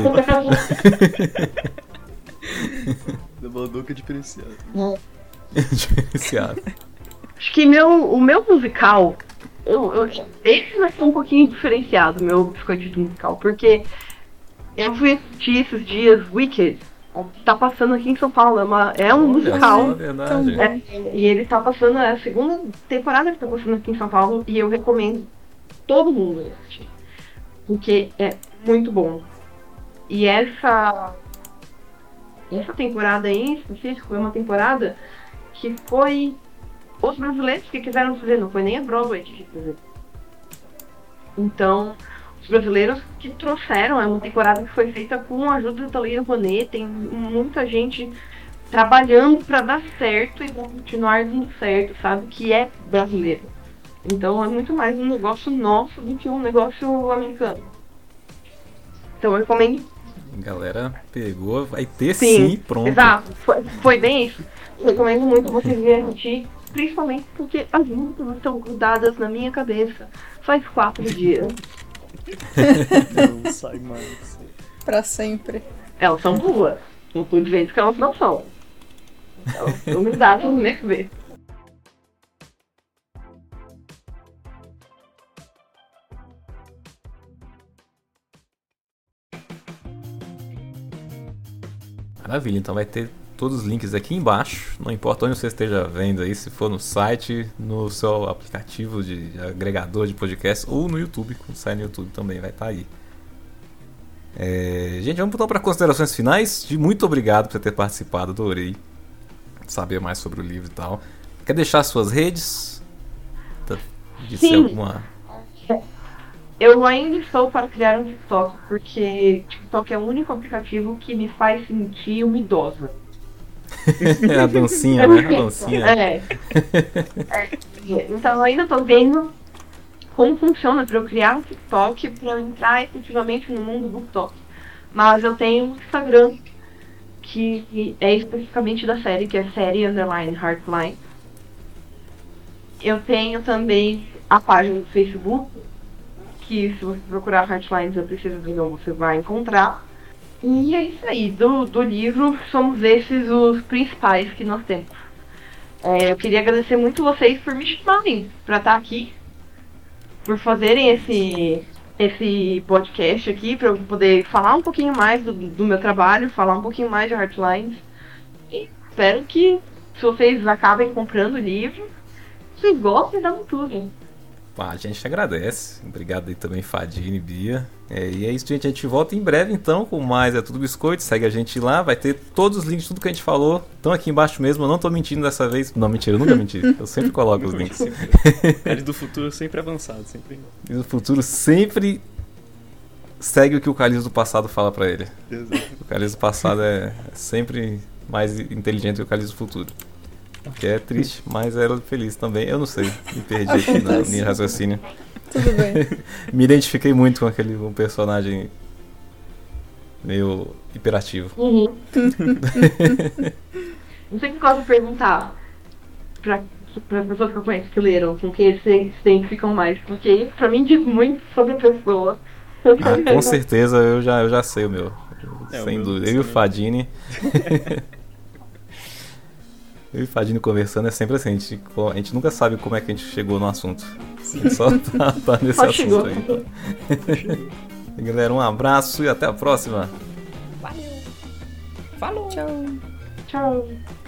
Da Balduco é diferenciado. Diferenciado. Acho que o meu musical. Esse vai ser um pouquinho diferenciado, meu biscoitito musical, porque eu fui assistir esses dias Wicked Tá passando aqui em São Paulo. É um musical. É verdade. E ele tá passando, é a segunda temporada que tá passando aqui em São Paulo. E eu recomendo todo mundo assistir. Porque é muito bom. E essa temporada aí, em específico, foi uma temporada que foi os brasileiros que quiseram fazer, não foi nem a Broadway que quis fazer. Então, os brasileiros que trouxeram, é uma temporada que foi feita com a ajuda da Lei Rouanet, tem muita gente trabalhando para dar certo e pra continuar dando certo, sabe? Que é brasileiro. Então é muito mais um negócio nosso do que um negócio americano. Então eu recomendo. Galera, pegou, vai ter sim, pronto. Exato, foi bem isso. Eu recomendo muito vocês virem assistir, principalmente porque as músicas estão grudadas na minha cabeça faz 4 dias. Não sai mais. Pra sempre. Elas são boas. Não tô dizendo que elas não são. Elas são grudadas na minha cabeça. Maravilha, então vai ter todos os links aqui embaixo. Não importa onde você esteja vendo aí, se for no site, no seu aplicativo de agregador de podcast ou no YouTube, quando sai no YouTube também vai estar aí. Gente, vamos então para considerações finais. Muito obrigado por ter participado, adorei saber mais sobre o livro e tal. Quer deixar suas redes? Sim. Alguma... Eu ainda estou para criar um TikTok, porque TikTok é o único aplicativo que me faz sentir uma idosa. É a dancinha, né? A dancinha. Então eu ainda estou vendo como funciona para eu criar um TikTok, para eu entrar efetivamente no mundo do TikTok. Mas eu tenho um Instagram, que é especificamente da série, que é série _Heartline. Eu tenho também a página do Facebook, que se você procurar Heartlines Eu Preciso de Novo, você vai encontrar. E é isso aí, do livro, somos esses os principais que nós temos. Eu queria agradecer muito vocês por me chamarem para estar aqui, por fazerem esse podcast aqui, para eu poder falar um pouquinho mais do meu trabalho, falar um pouquinho mais de Heartlines. E espero que, se vocês acabem comprando o livro, vocês gostem da leitura. A gente agradece. Obrigado aí também, Fadine e Bia. E é isso, gente. A gente volta em breve então com mais É Tudo Biscoito. Segue a gente lá. Vai ter todos os links de tudo que a gente falou. Estão aqui embaixo mesmo. Eu não tô mentindo dessa vez. Não, mentira, eu nunca menti. Eu sempre coloco os links. Ele do futuro sempre avançado. Sempre... E o futuro sempre segue o que o Carlinhos do passado fala pra ele. Exato. O Carlinhos do passado é sempre mais inteligente que o Carlinhos do futuro. Que é triste, mas era feliz também. Eu não sei, me perdi aqui na minha raciocínio. Tudo bem. Me identifiquei muito com um personagem meio hiperativo. Não sei o que eu posso perguntar para as pessoas que eu conheço que leram, com quem eles se identificam mais, porque pra mim diz muito sobre a pessoa. Com certeza eu já sei o meu. Sem dúvida. Eu e o Fadine. Eu e o Fadine conversando é sempre assim, a gente nunca sabe como é que a gente chegou no assunto. Só tá nesse Só assunto chegou. aí. Galera, um abraço e até a próxima. Tchau. Tchau.